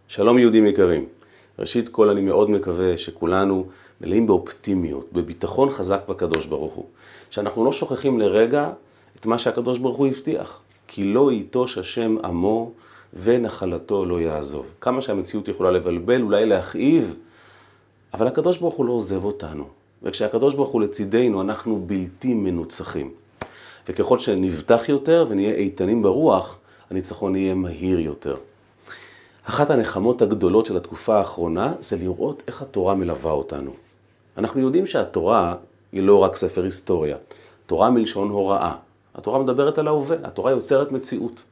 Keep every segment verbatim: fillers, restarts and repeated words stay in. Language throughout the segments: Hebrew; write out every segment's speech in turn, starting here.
שלום יהודים יקרים. ראשית כל אני מאוד מקווה שכולנו מלאים באופטימיות, בביטחון חזק בקדוש ברוך הוא. שאנחנו לא שוכחים לרגע את מה שהקדוש ברוך הוא הבטיח. כי לא ייטוש השם עמו ונחלתו לא יעזוב. כמה שהמציאות יכולה לבלבל, אולי להכאיב, אבל הקדוש ברוך הוא לא עוזב אותנו. וכשהקדוש ברוך הוא לצידנו אנחנו בלתי מנוצחים. וככל שנבטח יותר ונהיה איתנים ברוח, הניצחון יהיה מהיר יותר. אחת הנחמות הגדולות של התקופה האחרונה זה לראות איך התורה מלווה אותנו. אנחנו יודעים שהתורה היא לא רק ספר היסטוריה. תורה מלשון הוראה. התורה מדברת על ההווה, התורה יוצרת מציאות.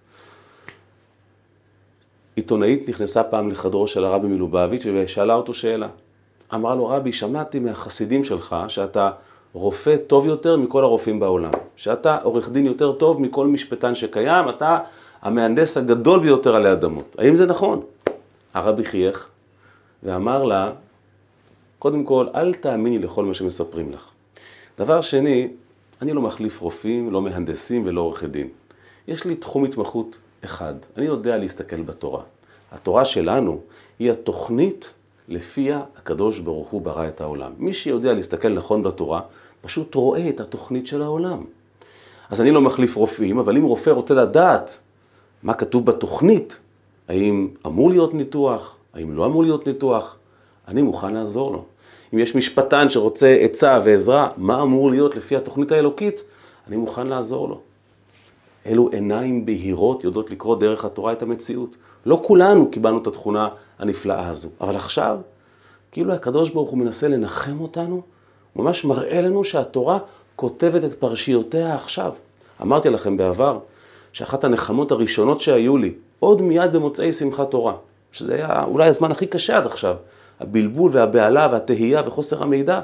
עיתונאית נכנסה פעם לחדרו של הרבי מלובביץ' ושאלה אותו שאלה. אמרה לו, רבי, שמעתי מהחסידים שלך שאתה רופא טוב יותר מכל הרופאים בעולם. שאתה עורך דין יותר טוב מכל משפטן שקיים, אתה המהנדס הגדול ביותר עלי אדמות. האם זה נכון? הרבי חייך ואמר לה, קודם כל, אל תאמיני לכל מה שמספרים לך. דבר שני, אני לא מחליף רופאים, לא מהנדסים ולא עורכי דין. יש לי תחום התמחות אחד. אני יודע להסתכל בתורה. התורה שלנו היא התוכנית לפיה הקדוש ברוך הוא ברא את העולם. מי שיודע להסתכל נכון בתורה, פשוט רואה את התוכנית של העולם. אז אני לא מחליף רופאים, אבל אם רופא רוצה לדעת מה כתוב בתוכנית, האם אמור להיות ניתוח, האם לא אמור להיות ניתוח, אני מוכן לעזור לו. אם יש משפטן שרוצה עצה ועזרה, מה אמור להיות לפי התוכנית האלוקית, אני מוכן לעזור לו. אלו עיניים בהירות יודעות לקרוא דרך התורה את המציאות. לא כולנו קיבלנו את התכונה הנפלאה הזו, אבל עכשיו, כאילו הקדוש ברוך הוא מנסה לנחם אותנו, הוא ממש מראה לנו שהתורה כותבת את פרשיותיה עכשיו. אמרתי לכם בעבר, שאחת הנחמות הראשונות שהיו לי, עוד מיד במוצאי שמחת תורה, שזה היה אולי הזמן הכי קשה עד עכשיו, הבלבול והבעלה והתהייה וחוסר המידע,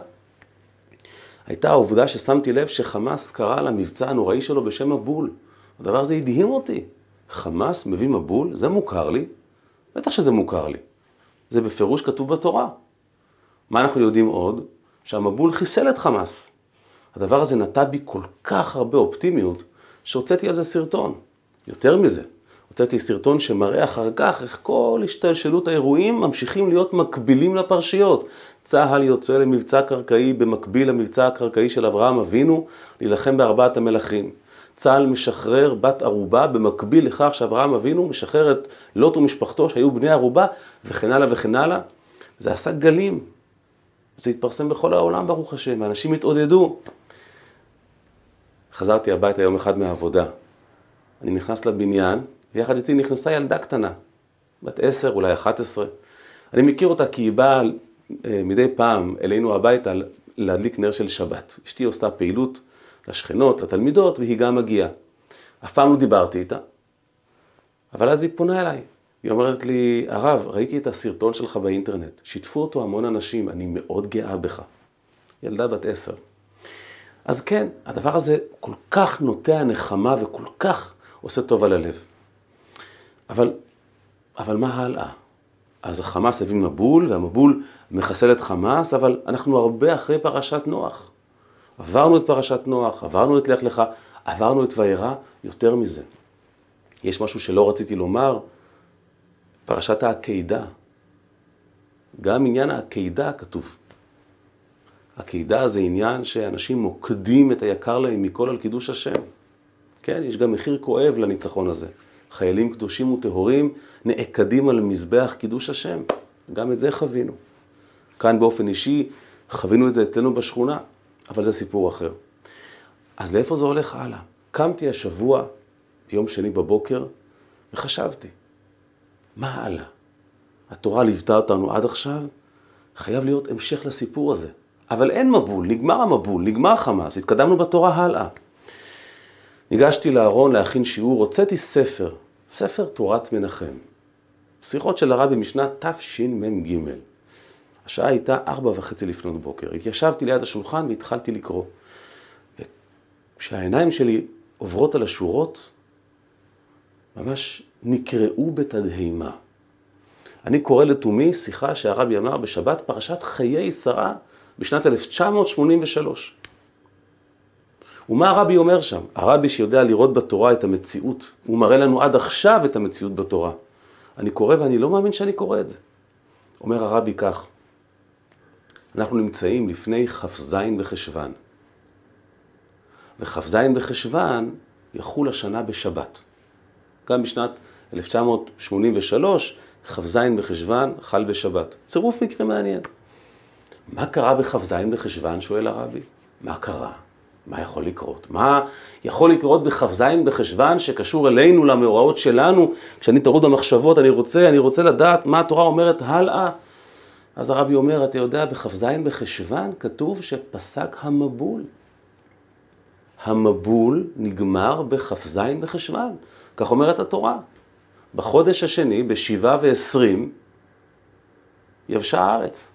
הייתה העובדה ששמתי לב שחמאס קרא למבצע הנוראי שלו בשם מבול. הדבר הזה הדהים אותי. חמאס מביא מבול, זה מוכר לי, בטח שזה מוכר לי. זה בפירוש כתוב בתורה. מה אנחנו יודעים עוד? שהמבול חיסל את חמאס. הדבר הזה נטע בי כל כך הרבה אופטימיות, שהוצאתי על זה סרטון. יותר מזה, הוצאתי סרטון שמראה אחר כך איך כל השתלשלות האירועים ממשיכים להיות מקבילים לפרשיות. צהל יוצא למבצע קרקעי במקביל למבצע הקרקעי של אברהם אבינו, להילחם בארבעת המלכים. צהל משחרר בת ערובה במקביל לכך שאברהם אבינו משחרר את לוט ומשפחתו שהיו בני ערובה וכן הלאה וכן הלאה. זה עשה גלים. זה התפרסם בכל העולם ברוך השם, האנשים התעודדו. חזרתי הביתה יום אחד מהעבודה. אני נכנס לבניין, ויחד איתי נכנסה ילדה קטנה, בת עשר, אולי אחת עשרה. אני מכיר אותה כי היא באה מדי פעם אלינו הביתה להדליק נר של שבת. אשתי עושה פעילות לשכנות, לתלמידות, והיא גם מגיעה. אף פעם לא דיברתי איתה, אבל אז היא פונה אליי. היא אומרת לי, הרב, ראיתי את הסרטון שלך באינטרנט, שיתפו אותו המון אנשים, אני מאוד גאה בך. ילדה בת עשר. אז כן, הדבר הזה כל כך נוטע נחמה וכל כך עושה טוב על הלב. אבל, אבל מה הלאה? אז החמאס הביא מבול, והמבול מחסל את חמאס, אבל אנחנו הרבה אחרי פרשת נוח. עברנו את פרשת נוח, עברנו את לך לך, עברנו את וירא, יותר מזה. יש משהו שלא רציתי לומר, פרשת העקידה. גם עניין העקידה כתוב. העקידה זה עניין שאנשים מוקדים את היקר להם מכל על קידוש השם. כן, יש גם מחיר כואב לניצחון הזה. חיילים קדושים וטהורים נעקדים על מזבח קידוש השם. גם את זה חווינו. כאן באופן אישי חווינו את זה אצלנו בשכונה, אבל זה סיפור אחר. אז לאיפה זה הולך הלאה? קמתי השבוע, ביום שני בבוקר, וחשבתי, מה הלאה? התורה ליוותה אותנו עד עכשיו, חייב להיות המשך לסיפור הזה. אבל אין מבול, נגמר המבול, נגמר חמאס, התקדמנו בתורה הלאה. ניגשתי לארון להכין שיעור, הוצאתי ספר, ספר תורת מנחם. שיחות של הרבי משנת תשמ"ג. השעה הייתה ארבע וחצי לפנות בוקר. התיישבתי ליד השולחן והתחלתי לקרוא. כשהעיניים שלי עוברות על השורות, ממש נקראו בתדהמה. אני קורא לתומי שיחה שהרבי אמר בשבת פרשת חיי שרה בשנת אלף תשע מאות שמונים ושלוש. ומה הרבי אומר שם? הרבי שיודע לראות בתורה את המציאות, הוא מראה לנו עד עכשיו את המציאות בתורה. אני קורא ואני לא מאמין שאני קורא את זה. אומר הרבי כך, אנחנו נמצאים לפני כ"ז בחשוון. וכ"ז בחשוון יחול השנה בשבת. גם בשנת אלף תשע מאות שמונים ושלוש, כ"ז בחשוון חל בשבת. צירוף מקרה מעניין. מה קרה בכ"ז בחשוון, שואל הרבי? מה קרה? מה יכול לקרות? מה יכול לקרות בכ"ז בחשוון שקשור אלינו, למאורעות שלנו? כשאני טרוד במחשבות, אני רוצה, אני רוצה לדעת מה התורה אומרת הלאה. אז הרבי אומר, אתה יודע, בכ"ז בחשוון כתוב שפסק המבול. המבול נגמר בכ"ז בחשוון. כך אומרת התורה. בחודש השני, בשבעה ועשרים, יבשה הארץ.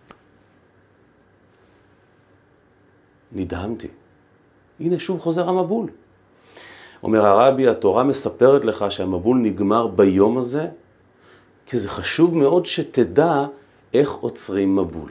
נדהמתי. הנה שוב חוזר המבול. אומר הרבי, התורה מספרת לך שהמבול נגמר ביום הזה, כי זה חשוב מאוד שתדע איך עוצרים מבול.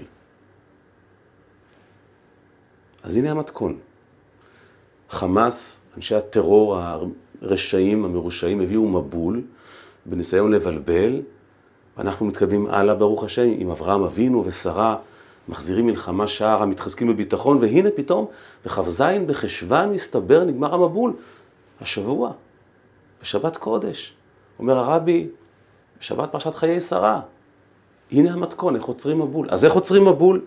אז הנה המתכון. חמאס, אנשי הטרור הרשעים, המרושעים, הביאו מבול בניסיון לבלבל, ואנחנו מתקדמים הלאה ברוך השם עם אברהם אבינו ושרה, מחזירים מלחמה שערה, מתחזקים בביטחון, והנה פתאום בכ"ז בחשוון מסתבר נגמר המבול. השבוע, בשבת קודש, אומר הרבי, בשבת פרשת חיי שרה, הנה המתכון, איך עוצרים מבול. אז איך עוצרים מבול?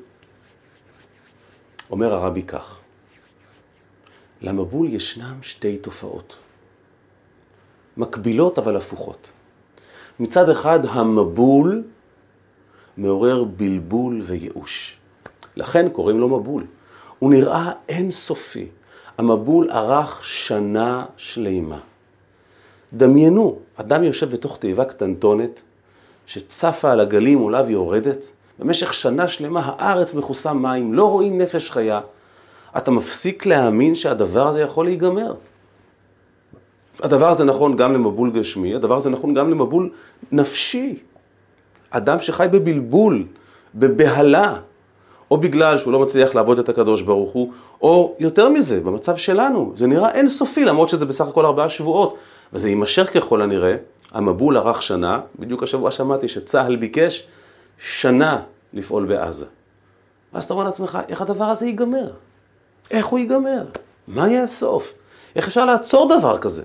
אומר הרבי כך, למבול ישנם שתי תופעות, מקבילות אבל הפוכות. מצד אחד המבול מעורר בלבול וייאוש. לכן קוראים לו מבול. הוא נראה אינסופי. המבול ארך שנה שלמה. דמיינו, אדם יושב בתוך תיבה קטנטונת, שצפה על הגלים עולה ויורדת, במשך שנה שלמה הארץ מכוסה מים, לא רואים נפש חיה. אתה מפסיק להאמין שהדבר הזה יכול להיגמר. הדבר הזה נכון גם למבול גשמי, הדבר הזה נכון גם למבול נפשי. אדם שחי בבלבול, בבהלה, או בגלל שהוא לא מצליח לעבוד את הקדוש ברוך הוא, או יותר מזה, במצב שלנו, זה נראה אינסופי, למרות שזה בסך הכל ארבעה שבועות, וזה יימשך ככל הנראה. המבול ארך שנה, בדיוק השבוע שמעתי שצהל ביקש שנה לפעול בעזה. ואז אתה רואה לעצמך, איך הדבר הזה ייגמר? איך הוא ייגמר? מה יהיה הסוף? איך אפשר לעצור דבר כזה?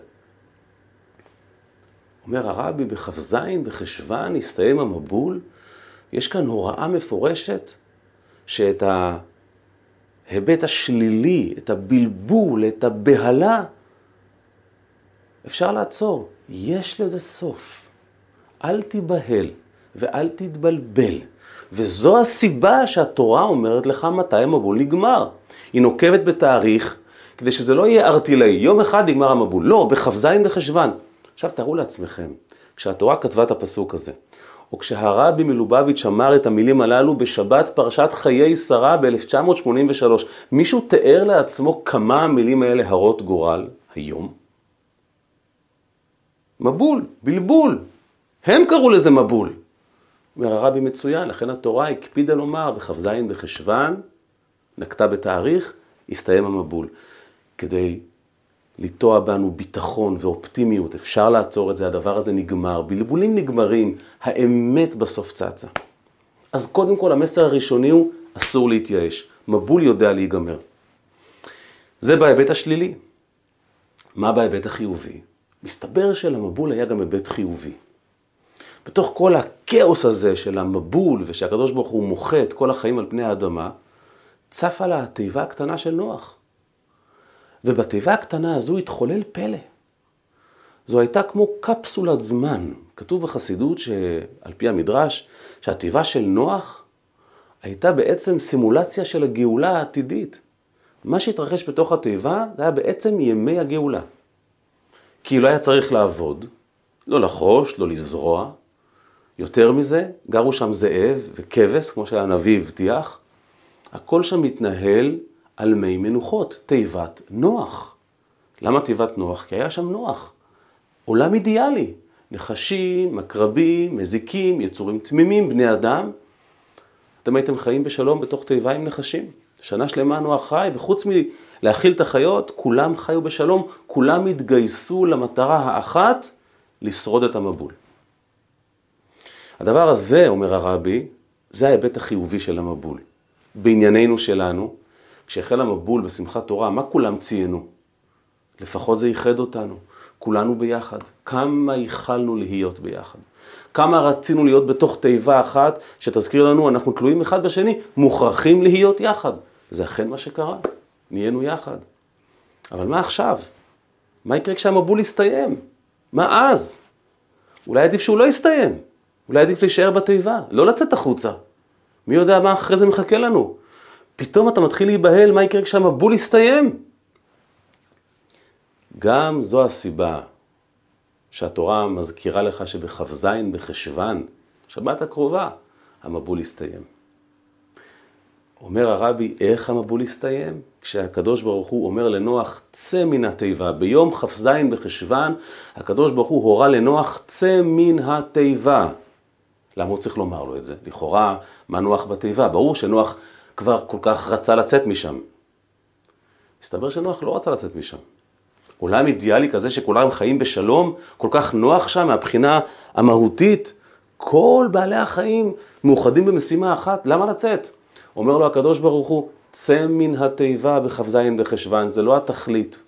אומר הרבי, בכ"ז בחשוון הסתיים המבול, יש כאן הוראה מפורשת שאת ההיבט השלילי, את הבלבול, את הבהלה, אפשר לעצור. יש לזה סוף. אל תיבהל ואל תתבלבל. וזו הסיבה שהתורה אומרת לך מתי המבול נגמר. היא נוקבת בתאריך, כדי שזה לא יהיה ארטילאי. יום אחד נגמר המבול. לא, בכ"ז בחשוון. עכשיו תארו לעצמכם, כשהתורה כתבה את הפסוק הזה, או כשהרבי מלובביץ' אמר את המילים הללו בשבת פרשת חיי שרה ב-אלף תשע מאות שמונים ושלוש, מישהו תיאר לעצמו כמה המילים האלה הרות גורל היום? מבול, בלבול. הם קראו לזה מבול. אומר הרבי מצוין, לכן התורה הקפידה לומר בכ"ז בחשוון, נקטה בתאריך, הסתיים המבול. כדי לטוע בנו ביטחון ואופטימיות, אפשר לעצור את זה, הדבר הזה נגמר, בלבולים נגמרים, האמת בסוף צצה. אז קודם כל המסר הראשוני הוא, אסור להתייאש, מבול יודע להיגמר. זה בהיבט השלילי. מה בהיבט החיובי? מסתבר שלמבול היה גם היבט חיובי. בתוך כל הכאוס הזה של המבול, ושהקדוש ברוך הוא מוחה את כל החיים על פני האדמה, צפה לה התיבה הקטנה של נוח. ובתיבה הקטנה הזו התחולל פלא. זו הייתה כמו קפסולת זמן. כתוב בחסידות שעל פי המדרש, שהתיבה של נוח הייתה בעצם סימולציה של הגאולה העתידית. מה שהתרחש בתוך התיבה זה היה בעצם ימי הגאולה. כי לא היה צריך לעבוד, לא לחרוש, לא לזרוע. יותר מזה, גרו שם זאב וכבש, כמו שהנביא הבטיח. הכל שם מתנהל על מי מנוחות, תיבת נוח. למה תיבת נוח? כי היה שם נוח. עולם אידיאלי. נחשים, מקרבים, מזיקים, יצורים תמימים, בני אדם. אתם הייתם חיים בשלום בתוך תיבה עם נחשים. שנה שלמה נוח חי, וחוץ מלהכיל את החיות, כולם חיו בשלום, כולם התגייסו למטרה האחת, לשרוד את המבול. הדבר הזה, אומר הרבי, זה ההיבט החיובי של המבול. בענייננו שלנו, כשהחל המבול בשמחת תורה, מה כולם ציינו? לפחות זה ייחד אותנו, כולנו ביחד. כמה ייחלנו להיות ביחד. כמה רצינו להיות בתוך תיבה אחת, שתזכיר לנו, אנחנו תלויים אחד בשני, מוכרחים להיות יחד. זה אכן מה שקרה, נהיינו יחד. אבל מה עכשיו? מה יקרה כשהמבול יסתיים? מה אז? אולי עדיף שהוא לא יסתיים. אולי עדיף להישאר בתיבה, לא לצאת החוצה. מי יודע מה אחרי זה מחכה לנו? פתאום אתה מתחיל להיבהל, מה יקרה כשהמבול יסתיים? גם זו הסיבה שהתורה מזכירה לך שבח"ז בחשוון, שבת הקרובה, המבול יסתיים. אומר הרבי, איך המבול יסתיים? כשהקדוש ברוך הוא אומר לנוח, צא מן התיבה. ביום כ"ז בחשוון, הקדוש ברוך הוא הורה לנוח, צא מן התיבה. למה הוא צריך לומר לו את זה? לכאורה, מה נוח בתיבה? ברור שנוח כבר כל כך רצה לצאת משם. מסתבר שנוח לא רצה לצאת משם. עולם אידיאלי כזה שכולם חיים בשלום, כל כך נוח שם מהבחינה המהותית. כל בעלי החיים מאוחדים במשימה אחת, למה לצאת? אומר לו הקדוש ברוך הוא, צא מן התיבה בכ"ז בחשוון, זה לא התכלית.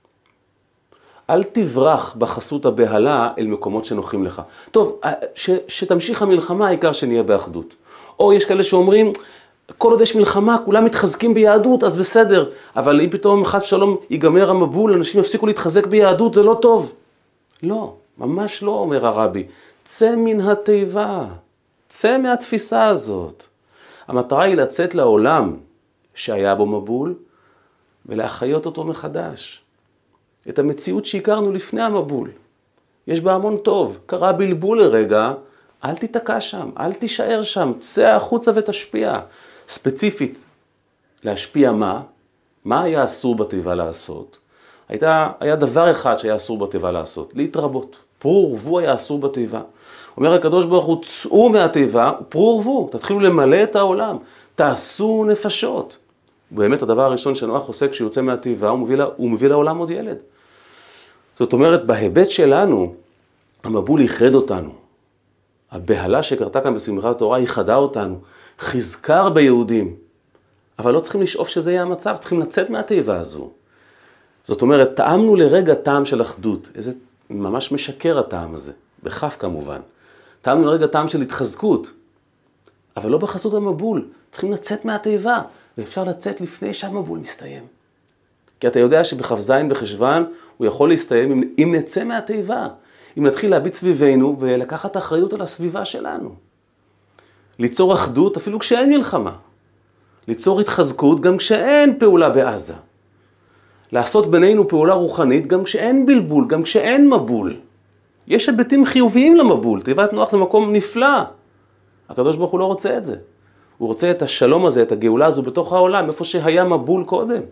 אל תברח בחסות הבהלה אל מקומות שנוחים לך. טוב, ש, שתמשיך המלחמה, העיקר שנהיה באחדות. או יש כאלה שאומרים, כל עוד יש מלחמה, כולם מתחזקים ביהדות, אז בסדר. אבל אם פתאום חס ושלום ייגמר המבול, אנשים יפסיקו להתחזק ביהדות, זה לא טוב. לא, ממש לא, אומר הרבי. צא מן התיבה, צא מהתפיסה הזאת. המטרה היא לצאת לעולם שהיה בו מבול, ולהחיות אותו מחדש. את המציאות שהכרנו לפני המבול. יש בה המון טוב. קרה בלבול לרגע, אל תתקע שם, אל תישאר שם, צא החוצה ותשפיע. ספציפית, להשפיע מה? מה היה אסור בתיבה לעשות? הייתה, היה דבר אחד שהיה אסור בתיבה לעשות, להתרבות. פרו ורבו היה אסור בתיבה. אומר הקדוש ברוך הוא, צאו מהתיבה, פרו ורבו, תתחילו למלא את העולם, תעשו נפשות. באמת הדבר הראשון שנוח עושה כשהוא יוצא מהתיבה, הוא מביא, הוא מביא לעולם עוד ילד. זאת אומרת, בהיבט שלנו, המבול יחרד אותנו. הבהלה שקרתה כאן בשמחת תורה ייחדה אותנו, חזקה הרבה יהודים. אבל לא צריכים לשאוף שזה יהיה המצב, צריכים לצאת מהתיבה הזו. זאת אומרת, טעמנו לרגע טעם של אחדות. איזה ממש משקר הטעם הזה, בכף כמובן. טעמנו לרגע טעם של התחזקות, אבל לא בחסות המבול. צריכים לצאת מהתיבה, ואפשר לצאת לפני שהמבול מסתיים. כי אתה יודע שבכ"ז בחשוון הוא יכול להסתיים אם, אם נצא מהתיבה. אם נתחיל להביט סביבנו ולקחת אחריות על הסביבה שלנו. ליצור אחדות אפילו כשאין מלחמה. ליצור התחזקות גם כשאין פעולה בעזה. לעשות בינינו פעולה רוחנית גם כשאין בלבול, גם כשאין מבול. יש היבטים חיוביים למבול. תיבת נוח זה מקום נפלא. הקדוש ברוך הוא לא רוצה את זה. הוא רוצה את השלום הזה, את הגאולה הזו בתוך העולם, איפה שהיה מבול קודם.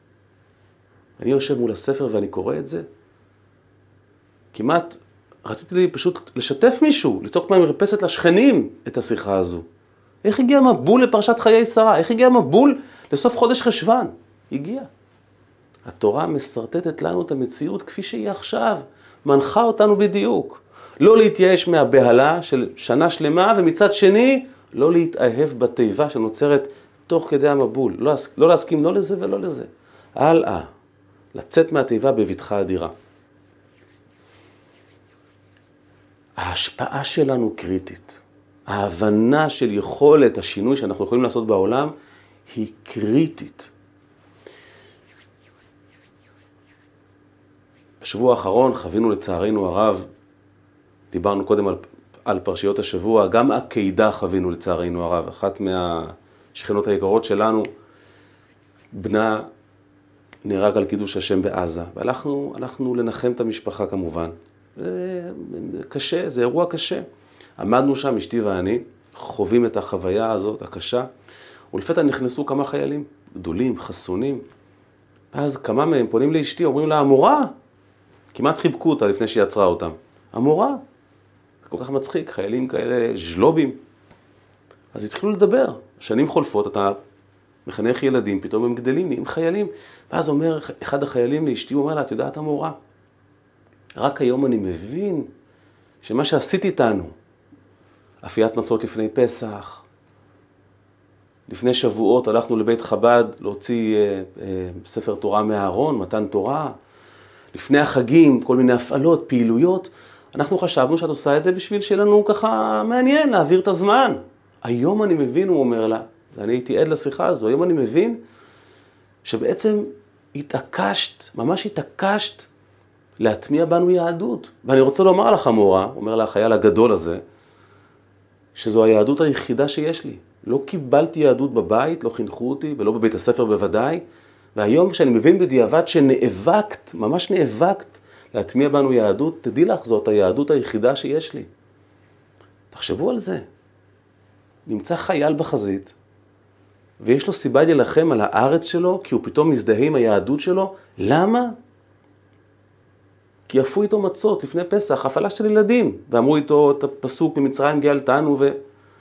אני יושב מול הספר ואני קורא את זה. כמעט רציתי לי פשוט לשתף מישהו, לצעוק מהמרפסת לשכנים את השיחה הזו. איך הגיע מבול לפרשת חיי שרה? איך הגיע מבול לסוף חודש חשוון? הגיע. התורה מסרטטת לנו את המציאות כפי שהיא עכשיו, מנחה אותנו בדיוק. לא להתייאש מהבהלה של שנה שלמה, ומצד שני, לא להתאהב בתיבה שנוצרת תוך כדי המבול. לא, לא להסכים לא לזה ולא לזה. הלאה. לצאת מהתיבה בבטחה אדירה. ההשפעה שלנו קריטית. ההבנה של יכולת השינוי שאנחנו יכולים לעשות בעולם היא קריטית. בשבוע האחרון חווינו לצערנו הרב, דיברנו קודם על, על פרשיות השבוע, גם עקידה חווינו לצערנו הרב, אחת מהשכנות היקרות שלנו, בנה נהרג על קידוש השם בעזה, והלכנו הלכנו לנחם את המשפחה כמובן. זה קשה, זה אירוע קשה. עמדנו שם, אשתי ואני, חווים את החוויה הזאת, הקשה, ולפתע נכנסו כמה חיילים, גדולים, חסונים, ואז כמה מהם פונים לאשתי, אומרים לה, המורה, כמעט חיבקו אותה לפני שהיא עצרה אותם. המורה, זה כל כך מצחיק, חיילים כאלה ז'לובים. אז התחילו לדבר, שנים חולפות, אתה מחנך ילדים, פתאום הם גדלים, נהיים חיילים, ואז אומר אחד החיילים לאשתי, הוא אומר לה, את יודעת המורה, רק היום אני מבין שמה שעשית איתנו, אפיית מצות לפני פסח. לפני שבועות הלכנו לבית חב"ד להוציא אה, אה, ספר תורה מהארון, מתן תורה. לפני החגים, כל מיני הפעלות, פעילויות. אנחנו חשבנו שאת עושה את זה בשביל שלנו ככה מעניין, להעביר את הזמן. היום אני מבין, הוא אומר לה, ואני הייתי עד לשיחה הזו, היום אני מבין שבעצם התעקשת, ממש התעקשת להטמיע בנו יהדות. ואני רוצה לומר לך, מורה, אומר לה החייל הגדול הזה, שזו היהדות היחידה שיש לי. לא קיבלתי יהדות בבית, לא חינכו אותי, ולא בבית הספר בוודאי. והיום כשאני מבין בדיעבד שנאבקת, ממש נאבקת, להטמיע בנו יהדות, תדעי לך, זאת היהדות היחידה שיש לי. תחשבו על זה. נמצא חייל בחזית, ויש לו סיבה להילחם על הארץ שלו, כי הוא פתאום מזדהה עם היהדות שלו. למה? כי יפו איתו מצות לפני פסח, הפעלה של ילדים, ואמרו איתו את הפסוק ממצרים גאלתנו, ו...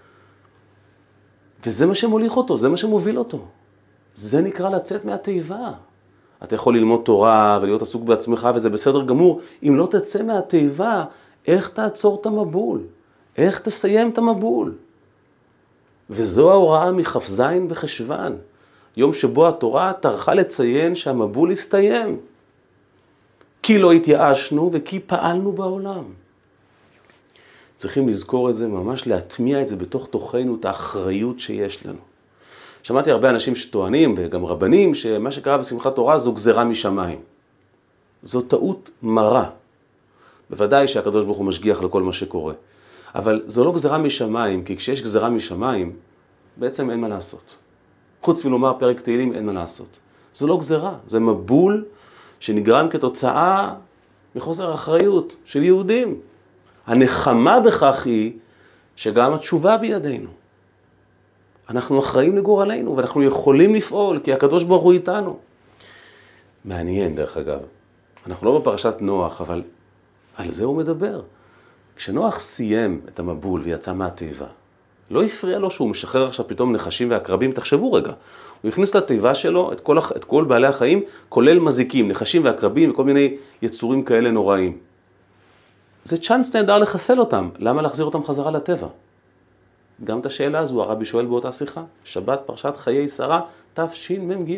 וזה מה שמוליך אותו, זה מה שמוביל אותו. זה נקרא לצאת מהתיבה. אתה יכול ללמוד תורה ולהיות עסוק בעצמך, וזה בסדר גמור. אם לא תצא מהתיבה, איך תעצור את המבול? איך תסיים את המבול? וזו ההוראה מכ"ז בחשוון, יום שבו התורה טרחה לציין שהמבול הסתיים. כי לא התייאשנו וכי פעלנו בעולם. צריכים לזכור את זה, ממש להטמיע את זה בתוך תוכנו, את האחריות שיש לנו. שמעתי הרבה אנשים שטוענים, וגם רבנים, שמה שקרה בשמחת תורה זו גזרה משמיים. זו טעות מרה. בוודאי שהקדוש ברוך הוא משגיח לכל מה שקורה. אבל זו לא גזרה משמיים, כי כשיש גזרה משמיים, בעצם אין מה לעשות. חוץ מלומר פרק תהילים, אין מה לעשות. זו לא גזרה, זה מבול שנגרם כתוצאה מחוסר אחריות של יהודים. הנחמה בכך היא שגם התשובה בידינו. אנחנו אחראים לגורלנו, ואנחנו יכולים לפעול, כי הקדוש ברוך הוא איתנו. מעניין דרך אגב. אנחנו לא בפרשת נוח, אבל על זה הוא מדבר. כשנוח סיים את המבול ויצא מהתיבה, לא הפריע לו שהוא משחרר עכשיו פתאום נחשים ועקרבים. תחשבו רגע, הוא הכניס לתיבה שלו את כל, את כל בעלי החיים, כולל מזיקים, נחשים ועקרבים וכל מיני יצורים כאלה נוראים. זה צ'אנס נהדר לחסל אותם. למה להחזיר אותם חזרה לטבע? גם את השאלה הזו הרבי שואל באותה שיחה. שבת פרשת חיי שרה, תשמ"ג.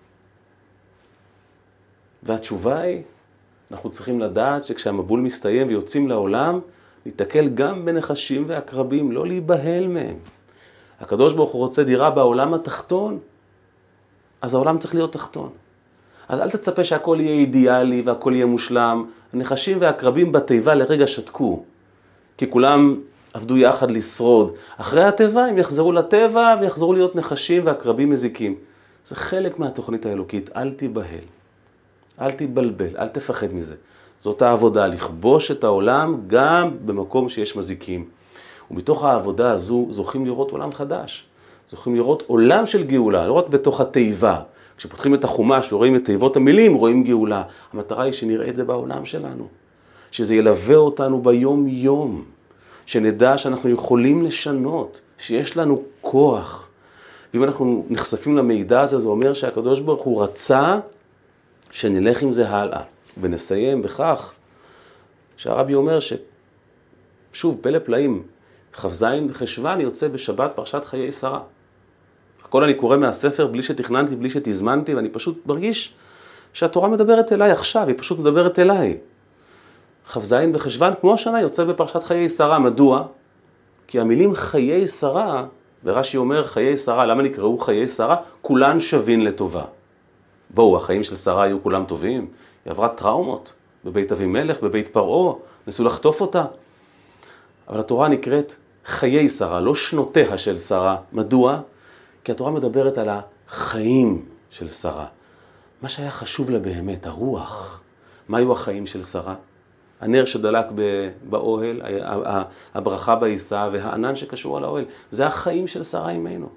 והתשובה היא, אנחנו צריכים לדעת שכשהמבול מסתיים ויוצאים לעולם, ניתקל גם בנחשים ועקרבים, לא להיבהל מהם. הקדוש ברוך הוא רוצה דירה בעולם התחתון, אז העולם צריך להיות תחתון. אז אל תצפה שהכל יהיה אידיאלי והכל יהיה מושלם. הנחשים והעקרבים בתיבה לרגע שתקו, כי כולם עבדו יחד לשרוד. אחרי התיבה הם יחזרו לטבע ויחזרו להיות נחשים ועקרבים מזיקים. זה חלק מהתוכנית האלוקית, אל תיבהל. אל תתבלבל, אל תפחד מזה. זאת העבודה, לכבוש את העולם גם במקום שיש מזיקים. ומתוך העבודה הזו זוכים לראות עולם חדש. זוכים לראות עולם של גאולה, לא רק בתוך התיבה. כשפותחים את החומש ורואים את תיבות המילים, רואים גאולה. המטרה היא שנראה את זה בעולם שלנו. שזה ילווה אותנו ביום יום. שנדע שאנחנו יכולים לשנות, שיש לנו כוח. ואם אנחנו נחשפים למידע הזה, זה אומר שהקדוש ברוך הוא רצה שנלך עם זה הלאה. ונסיים בכך שהרבי אומר ששוב, פלא פלאים, כ"ז בחשוון יוצא בשבת פרשת חיי שרה. הכל אני קורא מהספר בלי שתכננתי, בלי שתזמנתי, ואני פשוט מרגיש שהתורה מדברת אליי עכשיו, היא פשוט מדברת אליי. כ"ז בחשוון, כמו השנה, יוצא בפרשת חיי שרה. מדוע? כי המילים חיי שרה, ורש"י אומר חיי שרה, למה נקראו חיי שרה? כולן שווין לטובה. בואו, החיים של שרה היו כולם טובים. היא עברה טראומות בבית אבימלך, בבית פרעה, ניסו לחטוף אותה. אבל התורה נקראת חיי שרה, לא שנותיה של שרה. מדוע? כי התורה מדברת על החיים של שרה. מה שהיה חשוב לה באמת, הרוח. מה היו החיים של שרה? הנר שדלק באוהל, הברכה בעיסה והענן שקשור על האוהל. זה החיים של שרה אימנו.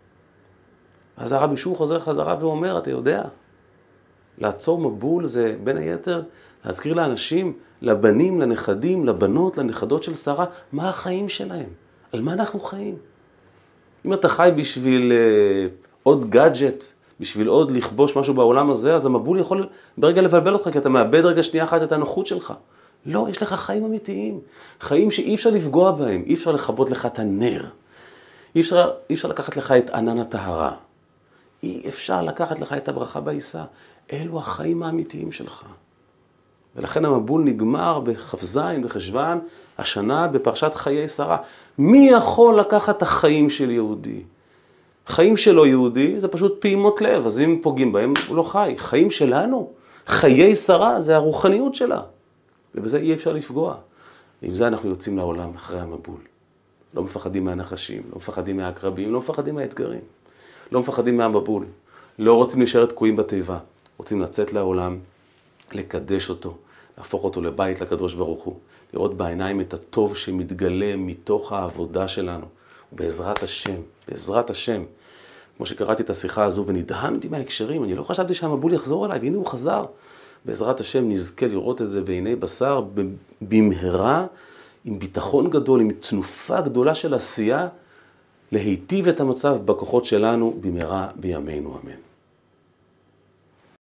אז הרבי שוב חוזר חזרה ואומר, אתה יודע, לעצור מבול זה בין היתר להזכיר לאנשים, לבנים, לנכדים, לבנות, לנכדות של שרה, מה החיים שלהם, על מה אנחנו חיים. אם אתה חי בשביל אה, עוד גאדג'ט, בשביל עוד לכבוש משהו בעולם הזה, אז המבול יכול ברגע לבלבל אותך, כי אתה מאבד רגע שנייה אחת את הנוחות שלך. לא, יש לך חיים אמיתיים. חיים שאי אפשר לפגוע בהם, אי אפשר לכבות לך את הנר. אי אפשר, אי אפשר לקחת לך את ענן הטהרה. אי אפשר לקחת לך את הברכה בעיסה. אלו החיים האמיתיים שלך. ולכן המבול נגמר בכ"ז בחשוון, השנה בפרשת חיי שרה. מי יכול לקחת את החיים של יהודי? חיים שלו יהודי זה פשוט פעימות לב, אז אם פוגעים בהם הוא לא חי. חיים שלנו, חיי שרה זה הרוחניות שלה. ובזה אי אפשר לפגוע. ועם זה אנחנו יוצאים לעולם אחרי המבול. לא מפחדים מהנחשים, לא מפחדים מהעקרבים, לא מפחדים מהאתגרים. לא מפחדים מהמבול. לא רוצים להישאר תקועים בתיבה. רוצים לצאת לעולם, לקדש אותו, להפוך אותו לבית לקדוש ברוך הוא. לראות בעיניים את הטוב שמתגלה מתוך העבודה שלנו. בעזרת השם, בעזרת השם. כמו שקראתי את השיחה הזו ונדהמתי מההקשרים, אני לא חשבתי שהמבול יחזור אליי, והנה הוא חזר. בעזרת השם נזכה לראות את זה בעיני בשר במהרה, עם ביטחון גדול, עם תנופה גדולה של עשייה, להיטיב את המצב בכוחות שלנו במהרה בימינו אמן.